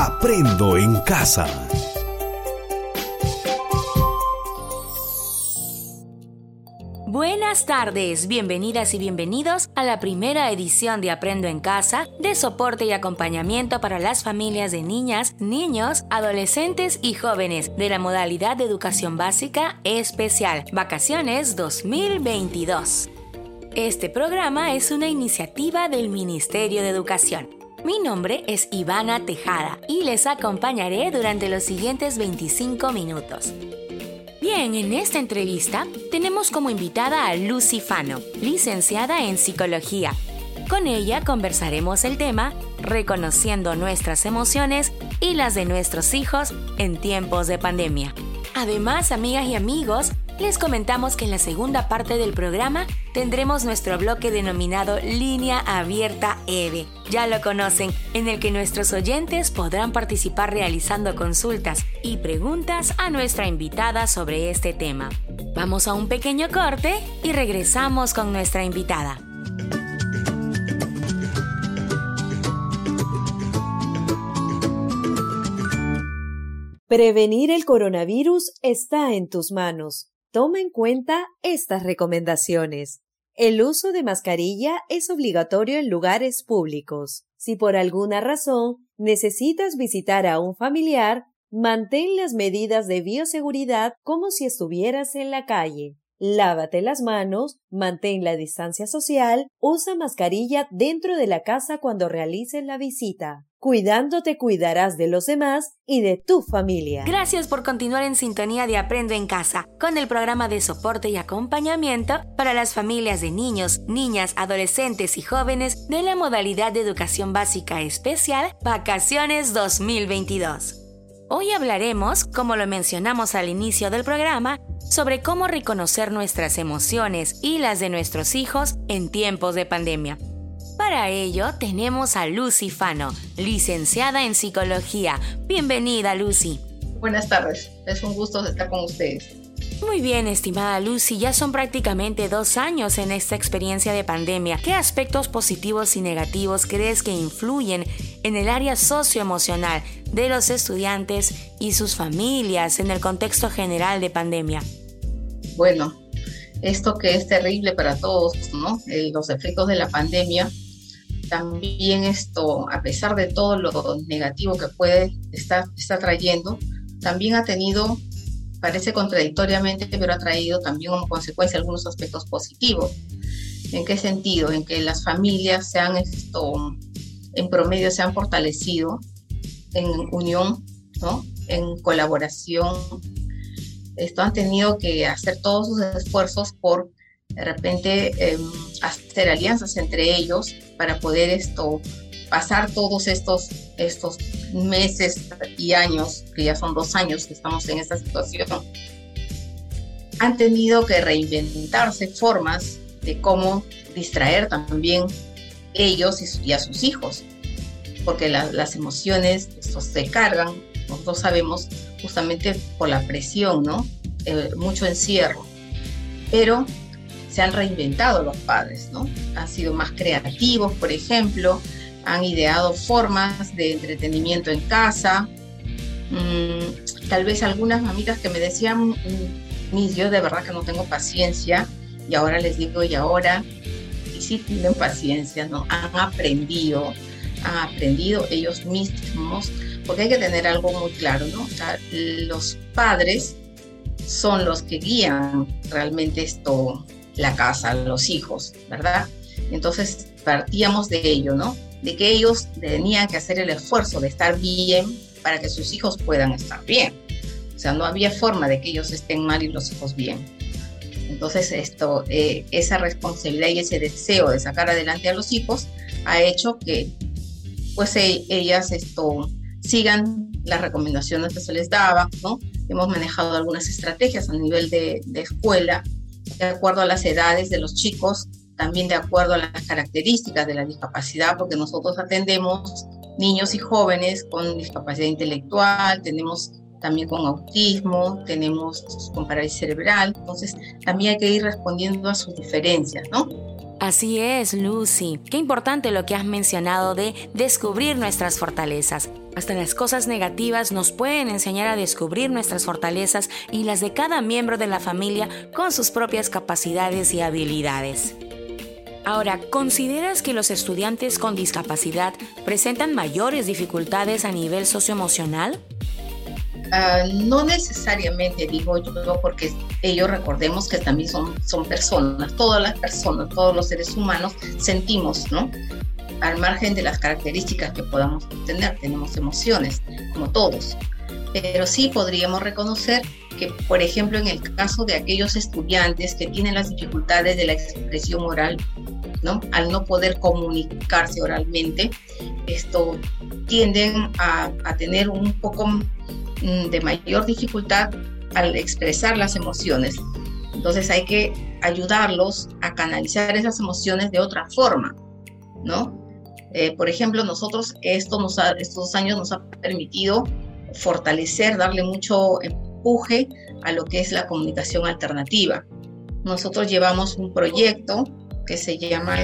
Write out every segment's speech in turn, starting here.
Aprendo en casa. Buenas tardes, bienvenidas y bienvenidos a la primera edición de Aprendo en Casa, de soporte y acompañamiento para las familias de niñas, niños, adolescentes y jóvenes de la modalidad de educación básica especial, Vacaciones 2022. Este programa es una iniciativa del Ministerio de Educación. Mi nombre es Ivana Tejada y les acompañaré durante los siguientes 25 minutos. Bien, en esta entrevista tenemos como invitada a Lucy Fano, licenciada en Psicología. Con ella conversaremos el tema reconociendo nuestras emociones y las de nuestros hijos en tiempos de pandemia. Además, amigas y amigos, les comentamos que en la segunda parte del programa tendremos nuestro bloque denominado Línea Abierta EVE. Ya lo conocen, en el que nuestros oyentes podrán participar realizando consultas y preguntas a nuestra invitada sobre este tema. Vamos a un pequeño corte y regresamos con nuestra invitada. Prevenir el coronavirus está en tus manos. Toma en cuenta estas recomendaciones. El uso de mascarilla es obligatorio en lugares públicos. Si por alguna razón necesitas visitar a un familiar, mantén las medidas de bioseguridad como si estuvieras en la calle. Lávate las manos, mantén la distancia social, usa mascarilla dentro de la casa cuando realices la visita. Cuidándote cuidarás de los demás y de tu familia. Gracias por continuar en sintonía de Aprendo en Casa, con el programa de soporte y acompañamiento para las familias de niños, niñas, adolescentes y jóvenes de la modalidad de educación básica especial Vacaciones 2022. Hoy hablaremos, como lo mencionamos al inicio del programa, sobre cómo reconocer nuestras emociones y las de nuestros hijos en tiempos de pandemia. Para ello tenemos a Lucy Fano, licenciada en Psicología. Bienvenida, Lucy. Buenas tardes, es un gusto estar con ustedes. Muy bien, estimada Lucy, ya son prácticamente 2 años en esta experiencia de pandemia. ¿Qué aspectos positivos y negativos crees que influyen en el área socioemocional de los estudiantes y sus familias en el contexto general de pandemia? Bueno, esto que es terrible para todos, ¿no? Los efectos de la pandemia, también esto, a pesar de todo lo negativo que puede estar trayendo, también ha tenido, parece contradictoriamente, pero ha traído también como consecuencia algunos aspectos positivos. ¿En qué sentido? En que las familias en promedio se han fortalecido en unión, ¿no? En colaboración. Han tenido que hacer todos sus esfuerzos por de repente hacer alianzas entre ellos para poder pasar todos estos meses y años, que ya son 2 años que estamos en esta situación. Han tenido que reinventarse formas de cómo distraer también ellos y a sus hijos, porque las emociones se cargan, nosotros sabemos, justamente por la presión, ¿no? Mucho encierro, pero se han reinventado los padres, ¿no? Han sido más creativos, por ejemplo, han ideado formas de entretenimiento en casa. Tal vez algunas mamitas que me decían, yo de verdad que no tengo paciencia, y ahora les digo, y sí tienen paciencia, ¿no? Han aprendido ellos mismos, porque hay que tener algo muy claro, ¿no? O sea, los padres son los que guían realmente la casa, los hijos, ¿verdad? Entonces partíamos de ello, ¿no? De que ellos tenían que hacer el esfuerzo de estar bien para que sus hijos puedan estar bien. O sea, no había forma de que ellos estén mal y los hijos bien. Entonces esa responsabilidad y ese deseo de sacar adelante a los hijos ha hecho que pues ellas sigan las recomendaciones que se les daba, ¿no? Hemos manejado algunas estrategias a nivel de escuela, de acuerdo a las edades de los chicos, también de acuerdo a las características de la discapacidad, porque nosotros atendemos niños y jóvenes con discapacidad intelectual, tenemos también con autismo, tenemos con parálisis cerebral, entonces también hay que ir respondiendo a sus diferencias, ¿no? Así es, Lucy. Qué importante lo que has mencionado de descubrir nuestras fortalezas. Hasta las cosas negativas nos pueden enseñar a descubrir nuestras fortalezas y las de cada miembro de la familia con sus propias capacidades y habilidades. Ahora, ¿consideras que los estudiantes con discapacidad presentan mayores dificultades a nivel socioemocional? No necesariamente, digo yo, porque ellos, recordemos que también son personas, todas las personas, todos los seres humanos sentimos, ¿no? Al margen de las características que podamos tener, tenemos emociones, como todos. Pero sí podríamos reconocer que, por ejemplo, en el caso de aquellos estudiantes que tienen las dificultades de la expresión oral, ¿no? Al no poder comunicarse oralmente, tienden a tener un poco de mayor dificultad al expresar las emociones. Entonces hay que ayudarlos a canalizar esas emociones de otra forma, ¿no? Por ejemplo, nosotros estos 2 años nos ha permitido fortalecer, darle mucho empuje a lo que es la comunicación alternativa. Nosotros llevamos un proyecto que se llama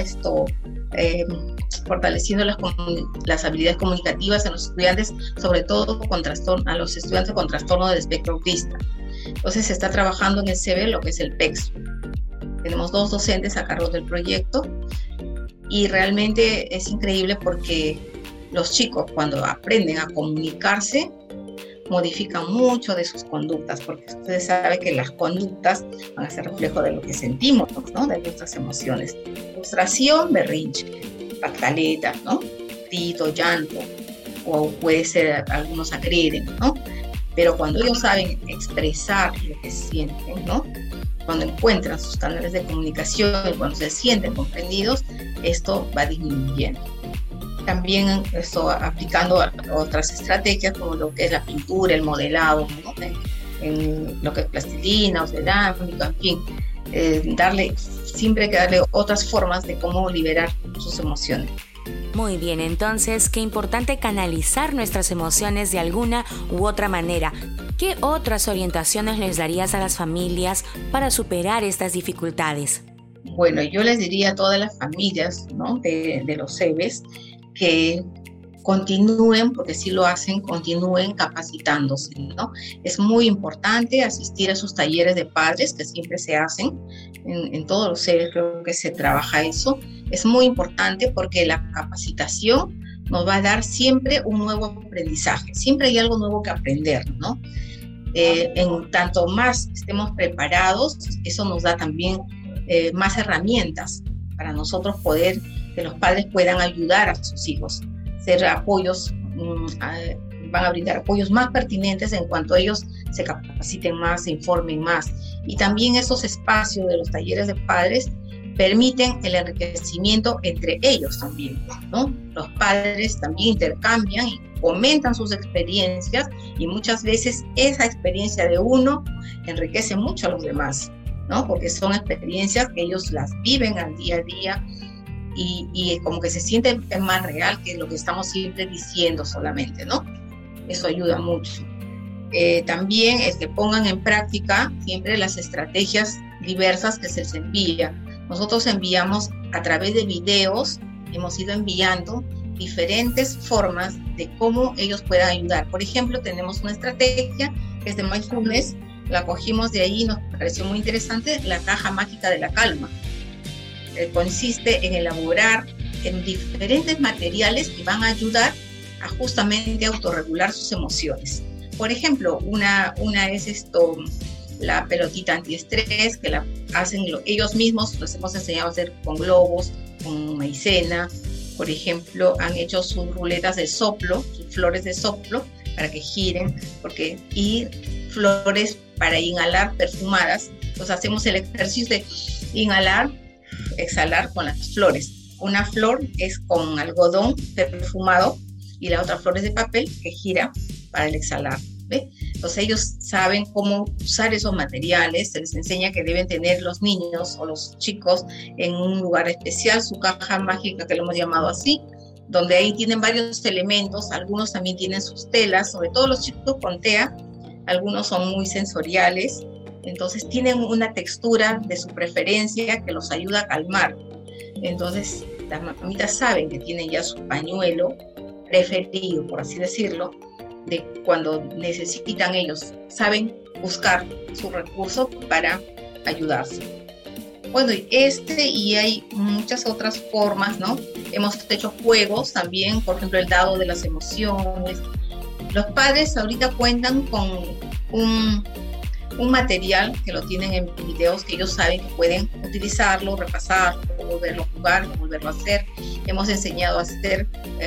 fortaleciendo las habilidades comunicativas en los estudiantes, sobre todo a los estudiantes con trastorno del espectro autista. Entonces se está trabajando en el CB lo que es el PEX. Tenemos 2 docentes a cargo del proyecto y realmente es increíble porque los chicos, cuando aprenden a comunicarse, modifican mucho de sus conductas, porque ustedes saben que las conductas van a ser reflejo de lo que sentimos, ¿no? De nuestras emociones. Frustración, berrinche, pataleta, ¿no? Grito, llanto, o puede ser algunos agreden, ¿no? Pero cuando ellos saben expresar lo que sienten, ¿no? Cuando encuentran sus canales de comunicación y cuando se sienten comprendidos, esto va disminuyendo. También aplicando otras estrategias como lo que es la pintura, el modelado, ¿no? En lo que es plastilina o cerámica, en fin, siempre hay que darle otras formas de cómo liberar sus emociones. Muy bien, entonces, qué importante canalizar nuestras emociones de alguna u otra manera. ¿Qué otras orientaciones les darías a las familias para superar estas dificultades? Bueno, yo les diría a todas las familias, ¿no? de los CEBES que continúen, porque si lo hacen, continúen capacitándose, ¿no? Es muy importante asistir a sus talleres de padres que siempre se hacen, en todos los CEBES creo que se trabaja eso. Es muy importante porque la capacitación nos va a dar siempre un nuevo aprendizaje, siempre hay algo nuevo que aprender, ¿no? En tanto más estemos preparados, eso nos da también más herramientas para nosotros que los padres puedan ayudar a sus hijos, ser apoyos, van a brindar apoyos más pertinentes en cuanto ellos se capaciten más, se informen más. Y también esos espacios de los talleres de padres permiten el enriquecimiento entre ellos también, ¿no? Los padres también intercambian y comentan sus experiencias y muchas veces esa experiencia de uno enriquece mucho a los demás, ¿no? Porque son experiencias que ellos las viven al día a día y como que se siente más real que lo que estamos siempre diciendo solamente, ¿no? Eso ayuda mucho. También es que pongan en práctica siempre las estrategias diversas que se les envía. Nosotros enviamos a través de videos, hemos ido enviando diferentes formas de cómo ellos puedan ayudar. Por ejemplo, tenemos una estrategia que es de mindfulness, la cogimos de ahí y nos pareció muy interesante, la caja mágica de la calma. Consiste en elaborar en diferentes materiales que van a ayudar a justamente autorregular sus emociones. Por ejemplo, una es la pelotita antiestrés, que la hacen ellos mismos, los hemos enseñado a hacer con globos, con maicena. Por ejemplo, han hecho sus ruletas de soplo, sus flores de soplo, para que giren, y flores para inhalar perfumadas. Entonces hacemos el ejercicio de inhalar, exhalar con las flores. Una flor es con algodón perfumado y la otra flor es de papel que gira para el exhalar, ¿ve? Entonces ellos saben cómo usar esos materiales, se les enseña que deben tener los niños o los chicos en un lugar especial, su caja mágica que lo hemos llamado así, donde ahí tienen varios elementos, algunos también tienen sus telas, sobre todo los chicos con TEA, algunos son muy sensoriales, entonces tienen una textura de su preferencia que los ayuda a calmar. Entonces las mamitas saben que tienen ya su pañuelo preferido, por así decirlo, de cuando necesitan ellos, saben buscar su recurso para ayudarse. Bueno, y hay muchas otras formas, ¿no? Hemos hecho juegos también, por ejemplo, el dado de las emociones. Los padres ahorita cuentan con un material que lo tienen en videos que ellos saben que pueden utilizarlo, repasarlo, volverlo a jugar, volverlo a hacer. Hemos enseñado a hacer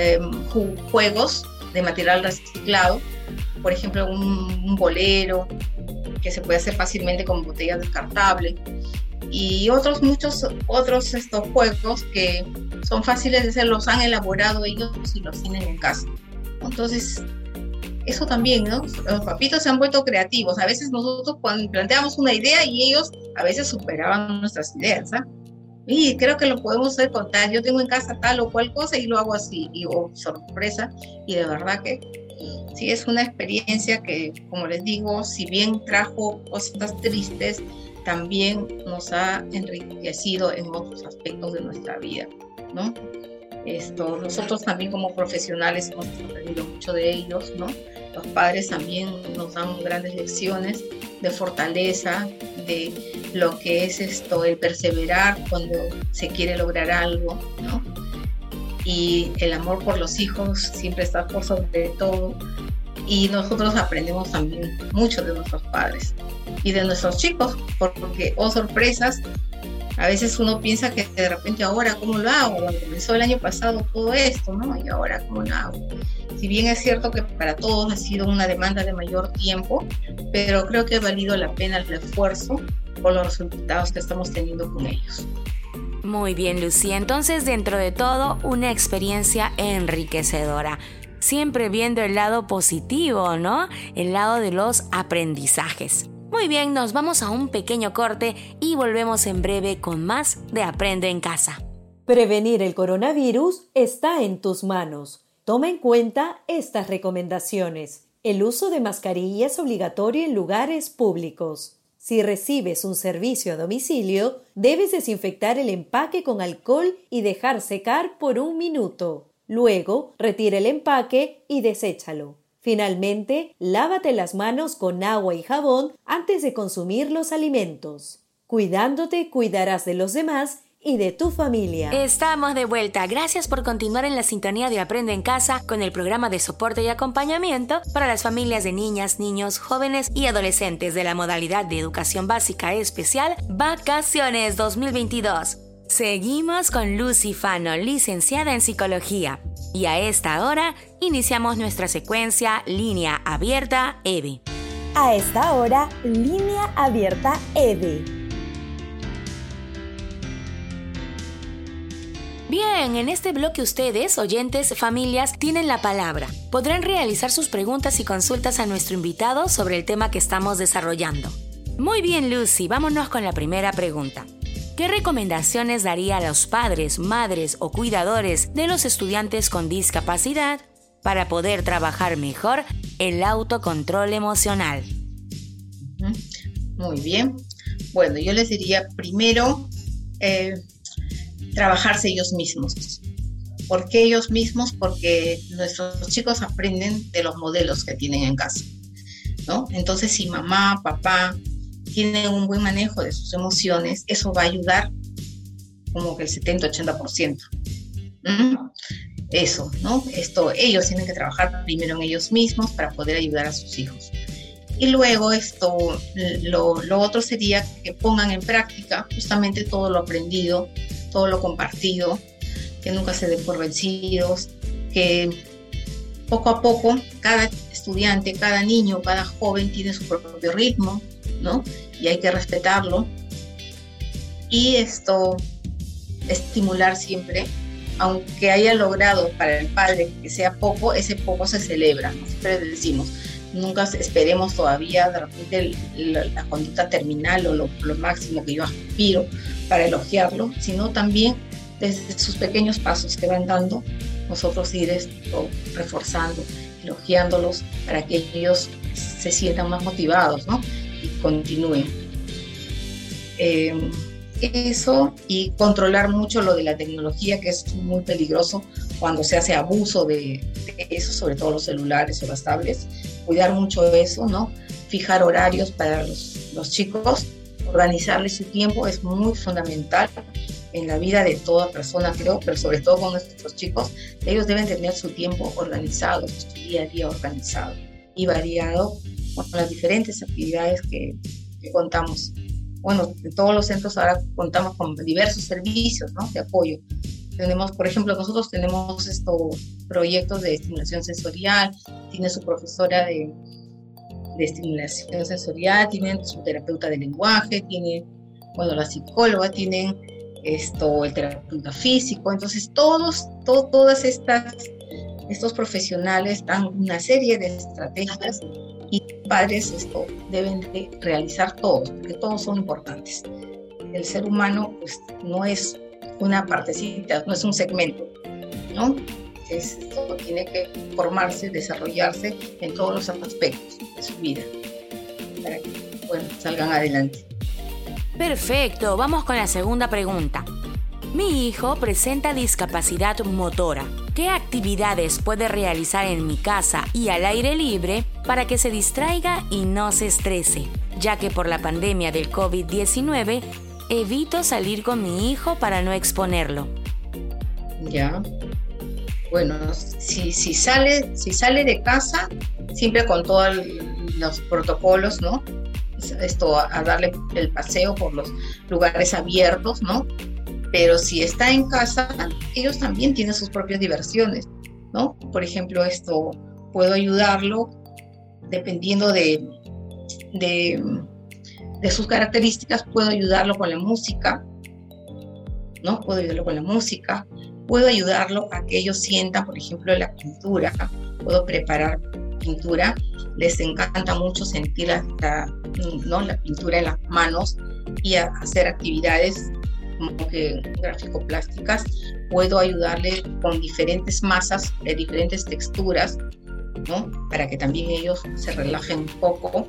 juegos de material reciclado, por ejemplo, un bolero que se puede hacer fácilmente con botellas descartables, y muchos otros estos juegos que son fáciles de hacer, los han elaborado ellos y los tienen en casa. Entonces, eso también, ¿no? Los papitos se han vuelto creativos. A veces nosotros cuando planteamos una idea y ellos a veces superaban nuestras ideas, ¿ah? Y creo que lo podemos hacer con tal, yo tengo en casa tal o cual cosa y lo hago así, y sorpresa, y de verdad que sí es una experiencia que, como les digo, si bien trajo cosas tristes, también nos ha enriquecido en otros aspectos de nuestra vida, ¿no? Nosotros también como profesionales hemos aprendido mucho de ellos, ¿no? Los padres también nos dan grandes lecciones de fortaleza, de lo que es el perseverar cuando se quiere lograr algo, ¿no? Y el amor por los hijos siempre está por sobre todo. Y nosotros aprendemos también mucho de nuestros padres y de nuestros chicos, porque, oh sorpresas, a veces uno piensa que de repente ahora, ¿cómo lo hago? Bueno, comenzó el año pasado todo esto, ¿no? Y ahora, ¿cómo lo hago? Si bien es cierto que para todos ha sido una demanda de mayor tiempo, pero creo que ha valido la pena el esfuerzo por los resultados que estamos teniendo con ellos. Muy bien, Lucía. Entonces, dentro de todo, una experiencia enriquecedora. Siempre viendo el lado positivo, ¿no? El lado de los aprendizajes. Muy bien, nos vamos a un pequeño corte y volvemos en breve con más de Aprende en Casa. Prevenir el coronavirus está en tus manos. Toma en cuenta estas recomendaciones. El uso de mascarilla es obligatorio en lugares públicos. Si recibes un servicio a domicilio, debes desinfectar el empaque con alcohol y dejar secar por 1 minuto. Luego, retira el empaque y deséchalo. Finalmente, lávate las manos con agua y jabón antes de consumir los alimentos. Cuidándote, cuidarás de los demás y de tu familia. Estamos de vuelta. Gracias por continuar en la sintonía de Aprende en Casa con el programa de soporte y acompañamiento para las familias de niñas, niños, jóvenes y adolescentes de la modalidad de educación básica especial Vacaciones 2022. Seguimos con Lucy Fano, licenciada en Psicología. Y a esta hora iniciamos nuestra secuencia Línea Abierta EVE. A esta hora, Línea Abierta EVE. Bien, en este bloque ustedes, oyentes, familias, tienen la palabra. Podrán realizar sus preguntas y consultas a nuestro invitado sobre el tema que estamos desarrollando. Muy bien, Lucy, vámonos con la primera pregunta. ¿Qué recomendaciones daría a los padres, madres o cuidadores de los estudiantes con discapacidad para poder trabajar mejor el autocontrol emocional? Muy bien. Bueno, yo les diría primero trabajarse ellos mismos. ¿Por qué ellos mismos? Porque nuestros chicos aprenden de los modelos que tienen en casa, ¿no? Entonces, si mamá, papá tienen un buen manejo de sus emociones, eso va a ayudar como que el 70-80%. Eso, ¿no? Ellos tienen que trabajar primero en ellos mismos para poder ayudar a sus hijos. Y luego lo otro sería que pongan en práctica justamente todo lo aprendido, todo lo compartido, que nunca se den por vencidos, que poco a poco cada estudiante, cada niño, cada joven tiene su propio ritmo, ¿no? Y hay que respetarlo. Y estimular siempre, aunque haya logrado para el padre que sea poco, ese poco se celebra, ¿no? Siempre decimos, nunca esperemos todavía de repente la conducta terminal o lo máximo que yo aspiro para elogiarlo, sino también desde sus pequeños pasos que van dando, nosotros ir reforzando, elogiándolos para que ellos se sientan más motivados, ¿no? Y continúen. Eso, y controlar mucho lo de la tecnología, que es muy peligroso cuando se hace abuso de eso, sobre todo los celulares o las tablets. Cuidar mucho eso, ¿no? Fijar horarios para los chicos, organizarles su tiempo es muy fundamental en la vida de toda persona, creo, pero sobre todo con nuestros chicos. Ellos deben tener su tiempo organizado, su día a día organizado y variado con las diferentes actividades que contamos. Bueno, en todos los centros ahora contamos con diversos servicios, ¿no?, de apoyo. Tenemos, por ejemplo, nosotros tenemos proyectos de estimulación sensorial, tiene su profesora de estimulación sensorial, tienen su terapeuta de lenguaje, tiene, bueno, la psicóloga, tienen el terapeuta físico. Entonces todos estos profesionales dan una serie de estrategias y padres deben de realizar todos, porque todos son importantes. El ser humano, pues, no es una partecita, no es un segmento, ¿no? Tiene que formarse, desarrollarse en todos los aspectos de su vida para que, bueno, salgan adelante. Perfecto, vamos con la segunda pregunta. Mi hijo presenta discapacidad motora. ¿Qué actividades puede realizar en mi casa y al aire libre para que se distraiga y no se estrese? Ya que por la pandemia del COVID-19 evito salir con mi hijo para no exponerlo. Ya. Bueno, si sale de casa, siempre con todos los protocolos, ¿no? A darle el paseo por los lugares abiertos, ¿no? Pero si está en casa, ellos también tienen sus propias diversiones, ¿no? Por ejemplo, puedo ayudarlo dependiendo de sus características. Puedo ayudarlo con la música, ¿no? Puedo ayudarlo a que ellos sientan, por ejemplo, la pintura. Puedo preparar pintura. Les encanta mucho sentir la pintura en las manos y hacer actividades como que gráfico-plásticas. Puedo ayudarle con diferentes masas de diferentes texturas, ¿no? Para que también ellos se relajen un poco.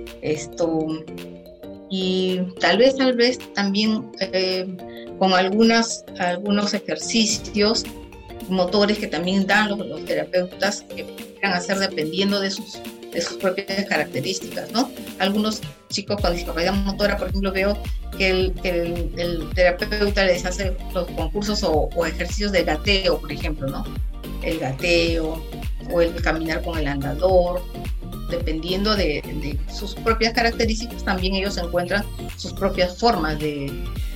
Y tal vez también con algunos ejercicios motores que también dan los terapeutas, que puedan hacer dependiendo de sus propias características, ¿no? Algunos chicos con discapacidad motora, por ejemplo, veo que el terapeuta les hace los concursos o ejercicios de gateo, por ejemplo, ¿no? El gateo o el caminar con el andador. Dependiendo de sus propias características, también ellos encuentran sus propias formas de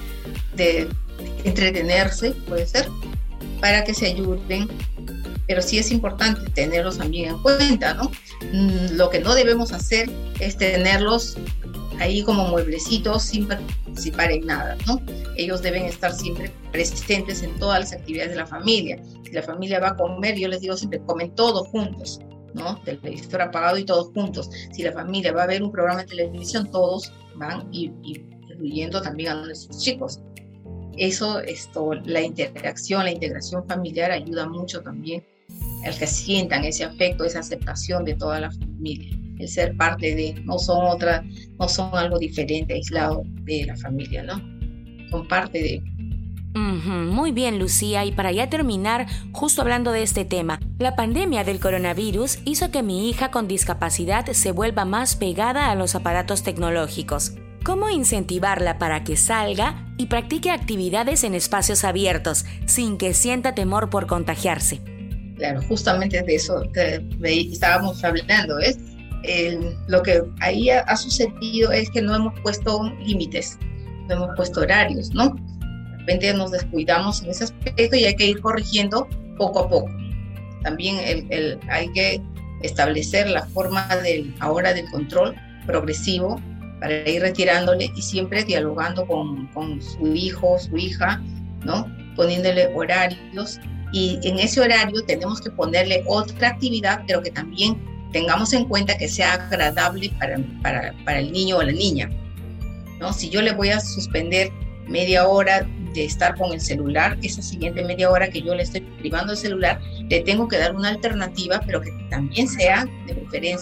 entretenerse, puede ser, para que se ayuden. Pero sí es importante tenerlos también en cuenta, ¿no? Lo que no debemos hacer es tenerlos ahí como mueblecitos sin participar en nada, ¿no? Ellos deben estar siempre presentes en todas las actividades de la familia. Si la familia va a comer, yo les digo siempre, comen todos juntos, ¿no? Televisor apagado y todos juntos. Si la familia va a ver un programa de televisión, todos van incluyendo también a nuestros chicos. Eso, la interacción, la integración familiar ayuda mucho también al que sientan ese afecto, esa aceptación de toda la familia, el ser parte de, no son algo diferente, aislado de la familia, ¿no? Son parte de. Muy bien, Lucía, y para ya terminar, justo hablando de este tema, la pandemia del coronavirus hizo que mi hija con discapacidad se vuelva más pegada a los aparatos tecnológicos. ¿Cómo incentivarla para que salga y practique actividades en espacios abiertos, sin que sienta temor por contagiarse? Claro, justamente de eso estábamos hablando, ¿ves? Lo que ahí ha sucedido es que no hemos puesto límites, no hemos puesto horarios, ¿no? De repente nos descuidamos en ese aspecto y hay que ir corrigiendo poco a poco. También hay que establecer la forma ahora del control progresivo para ir retirándole y siempre dialogando con su hijo, su hija, ¿no? Poniéndole horarios. Y en ese horario tenemos que ponerle otra actividad, pero que también tengamos en cuenta que sea agradable para el niño o la niña, ¿no? Si yo le voy a suspender media hora de estar con el celular, esa siguiente media hora que yo le estoy privando el celular, le tengo que dar una alternativa, pero que también sea, de preferencia,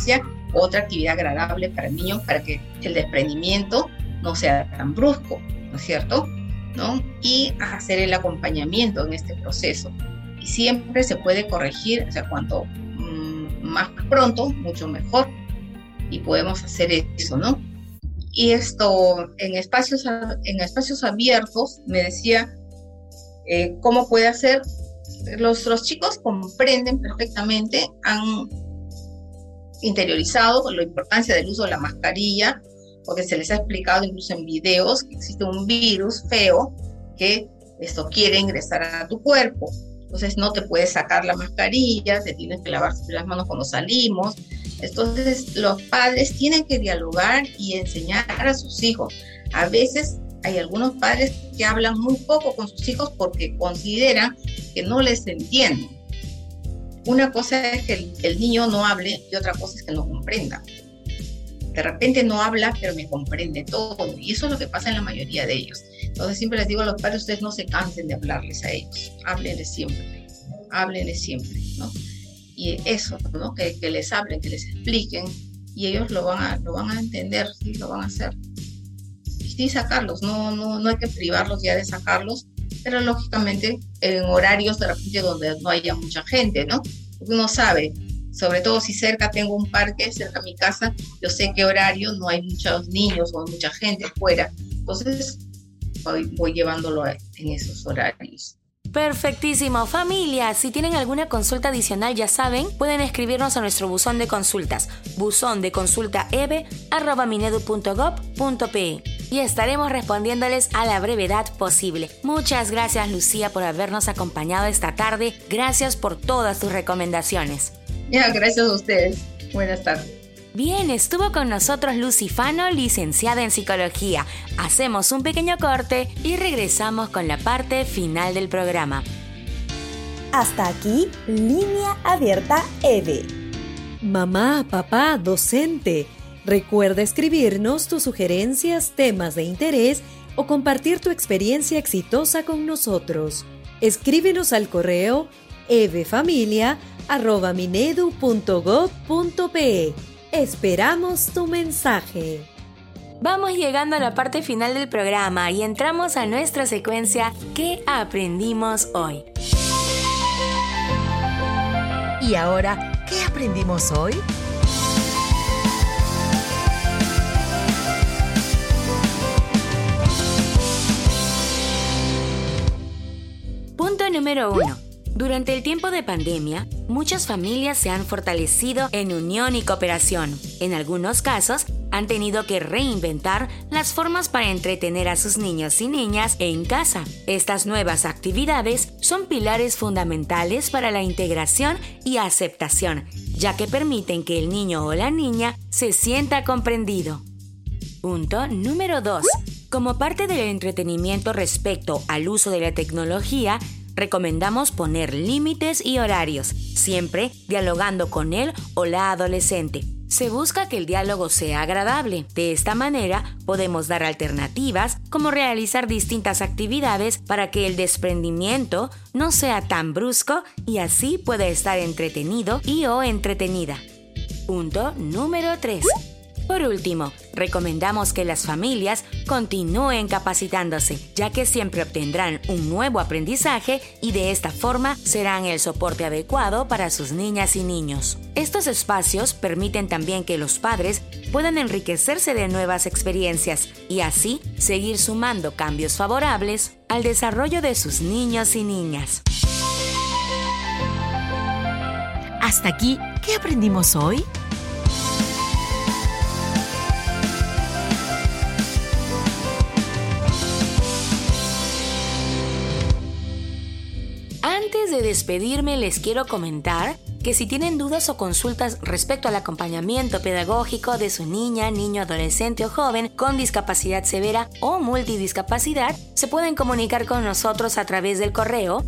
otra actividad agradable para el niño, para que el desprendimiento no sea tan brusco, ¿no es cierto? ¿No? Y hacer el acompañamiento en este proceso. Y siempre se puede corregir, o sea, cuanto más pronto, mucho mejor. Y podemos hacer eso, ¿no? Y esto, en espacios abiertos, me decía, ¿cómo puede hacer? Los chicos comprenden perfectamente, han interiorizado la importancia del uso de la mascarilla, porque se les ha explicado incluso en videos que existe un virus feo que quiere ingresar a tu cuerpo. Entonces no te puedes sacar la mascarilla, te tienes que lavar las manos cuando salimos. Entonces los padres tienen que dialogar y enseñar a sus hijos. A veces hay algunos padres que hablan muy poco con sus hijos porque consideran que no les entienden. Una cosa es que el niño no hable y otra cosa es que no comprenda. De repente no habla, pero me comprende todo. Y eso es lo que pasa en la mayoría de ellos. Entonces siempre les digo a los padres, ustedes no se cansen de hablarles a ellos. Háblenles siempre, ¿no? Y eso, ¿no? Que les hablen, que les expliquen, y ellos lo van a entender, ¿sí? Lo van a hacer. Y sí, sacarlos, no hay que privarlos ya de sacarlos, pero lógicamente en horarios de repente donde no haya mucha gente, ¿no? Porque uno sabe, sobre todo si cerca tengo un parque, cerca a mi casa, yo sé qué horario no hay muchos niños o mucha gente fuera, entonces voy llevándolo en esos horarios. Perfectísimo, familia. Si tienen alguna consulta adicional, ya saben, pueden escribirnos a nuestro buzón de consultas, buzondeconsultaeve@minedu.gov.pe, y estaremos respondiéndoles a la brevedad posible. Muchas gracias, Lucía, por habernos acompañado esta tarde. Gracias por todas tus recomendaciones. Ya, gracias a ustedes. Buenas tardes. Bien, estuvo con nosotros Lucy Fano, licenciada en psicología. Hacemos un pequeño corte y regresamos con la parte final del programa. Hasta aquí, Línea Abierta EVE. Mamá, papá, docente, recuerda escribirnos tus sugerencias, temas de interés o compartir tu experiencia exitosa con nosotros. Escríbenos al correo evefamilia@minedu.gov.pe. Esperamos tu mensaje. Vamos llegando a la parte final del programa y entramos a nuestra secuencia ¿Qué aprendimos hoy? Y ahora, ¿qué aprendimos hoy? Punto número 1. Durante el tiempo de pandemia, muchas familias se han fortalecido en unión y cooperación. En algunos casos, han tenido que reinventar las formas para entretener a sus niños y niñas en casa. Estas nuevas actividades son pilares fundamentales para la integración y aceptación, ya que permiten que el niño o la niña se sienta comprendido. Punto número 2. Como parte del entretenimiento respecto al uso de la tecnología, recomendamos poner límites y horarios, siempre dialogando con él o la adolescente. Se busca que el diálogo sea agradable. De esta manera, podemos dar alternativas como realizar distintas actividades para que el desprendimiento no sea tan brusco y así pueda estar entretenido o entretenida. Punto número 3. Por último, recomendamos que las familias continúen capacitándose, ya que siempre obtendrán un nuevo aprendizaje y de esta forma serán el soporte adecuado para sus niñas y niños. Estos espacios permiten también que los padres puedan enriquecerse de nuevas experiencias y así seguir sumando cambios favorables al desarrollo de sus niños y niñas. Hasta aquí, ¿qué aprendimos hoy? Antes de despedirme, les quiero comentar que si tienen dudas o consultas respecto al acompañamiento pedagógico de su niña, niño, adolescente o joven con discapacidad severa o multidiscapacidad, se pueden comunicar con nosotros a través del correo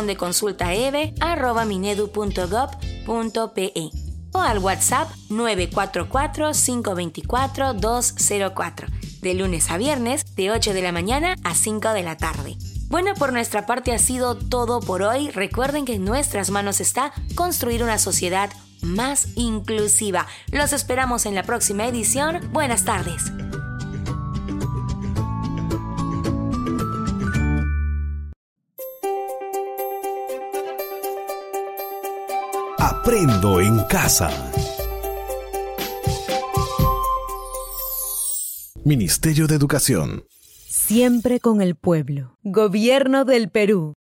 buzondeconsultaeve@minedu.gov.pe o al WhatsApp 944-524-204, de lunes a viernes de 8 de la mañana a 5 de la tarde. Bueno, por nuestra parte ha sido todo por hoy. Recuerden que en nuestras manos está construir una sociedad más inclusiva. Los esperamos en la próxima edición. Buenas tardes. Aprendo en casa. Ministerio de Educación. Siempre con el pueblo. Gobierno del Perú.